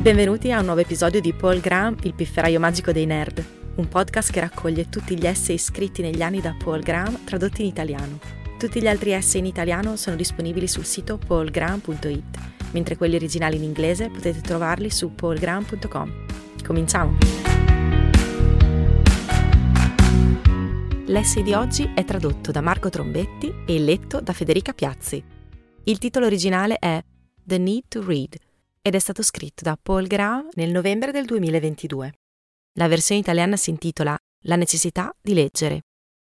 Benvenuti a un nuovo episodio di Paul Graham, il pifferaio magico dei nerd, un podcast che raccoglie tutti gli essay scritti negli anni da Paul Graham tradotti in italiano. Tutti gli altri essay in italiano sono disponibili sul sito paulgraham.it, mentre quelli originali in inglese potete trovarli su paulgraham.com. Cominciamo! L'essay di oggi è tradotto da Marco Trombetti e letto da Federica Piazzi. Il titolo originale è The Need to Read ed è stato scritto da Paul Graham nel novembre del 2022. La versione italiana si intitola La necessità di leggere.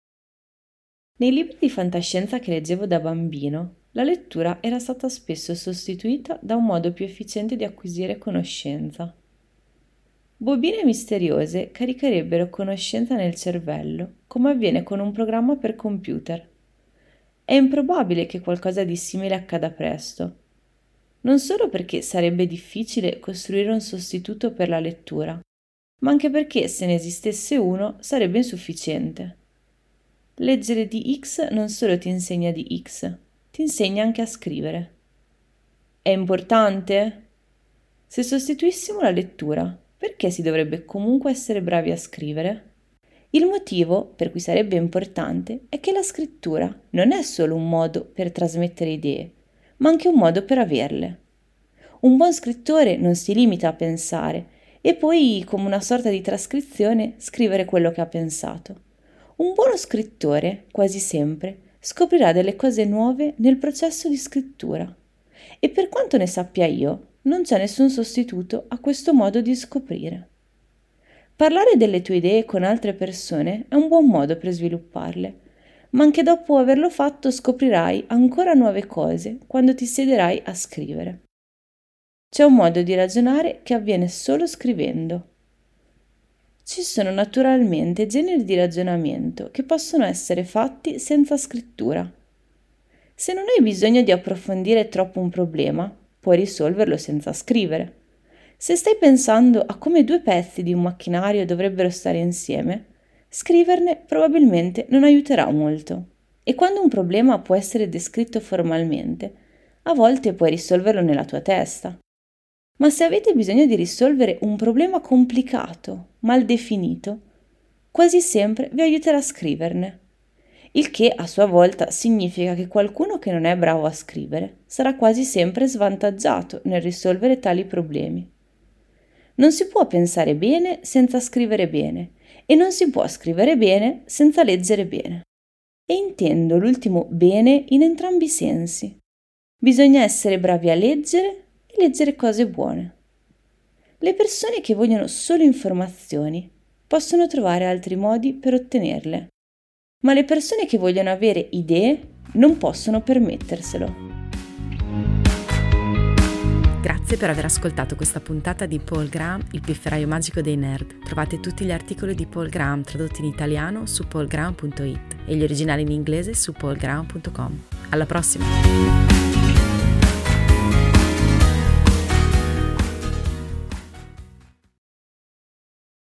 Nei libri di fantascienza che leggevo da bambino, la lettura era stata spesso sostituita da un modo più efficiente di acquisire conoscenza. Bobine misteriose caricherebbero conoscenza nel cervello, come avviene con un programma per computer. È improbabile che qualcosa di simile accada presto. Non solo perché sarebbe difficile costruire un sostituto per la lettura, ma anche perché se ne esistesse uno sarebbe insufficiente. Leggere di X non solo ti insegna di X, ti insegna anche a scrivere. È importante? Se sostituissimo la lettura, perché si dovrebbe comunque essere bravi a scrivere? Il motivo per cui sarebbe importante è che la scrittura non è solo un modo per trasmettere idee, ma anche un modo per averle. Un buon scrittore non si limita a pensare e poi, come una sorta di trascrizione, scrivere quello che ha pensato. Un buono scrittore, quasi sempre, scoprirà delle cose nuove nel processo di scrittura. E per quanto ne sappia io, non c'è nessun sostituto a questo modo di scoprire. Parlare delle tue idee con altre persone è un buon modo per svilupparle, ma anche dopo averlo fatto scoprirai ancora nuove cose quando ti siederai a scrivere. C'è un modo di ragionare che avviene solo scrivendo. Ci sono naturalmente generi di ragionamento che possono essere fatti senza scrittura. Se non hai bisogno di approfondire troppo un problema, puoi risolverlo senza scrivere. Se stai pensando a come due pezzi di un macchinario dovrebbero stare insieme, scriverne probabilmente non aiuterà molto. E quando un problema può essere descritto formalmente, a volte puoi risolverlo nella tua testa. Ma se avete bisogno di risolvere un problema complicato, mal definito, quasi sempre vi aiuterà a scriverne. Il che a sua volta significa che qualcuno che non è bravo a scrivere sarà quasi sempre svantaggiato nel risolvere tali problemi. Non si può pensare bene senza scrivere bene e non si può scrivere bene senza leggere bene. E intendo l'ultimo bene in entrambi i sensi. Bisogna essere bravi a leggere e leggere cose buone. Le persone che vogliono solo informazioni possono trovare altri modi per ottenerle, ma le persone che vogliono avere idee non possono permetterselo. Grazie per aver ascoltato questa puntata di Paul Graham, il pifferaio magico dei nerd. Trovate tutti gli articoli di Paul Graham tradotti in italiano su paulgraham.it e gli originali in inglese su paulgraham.com. Alla prossima!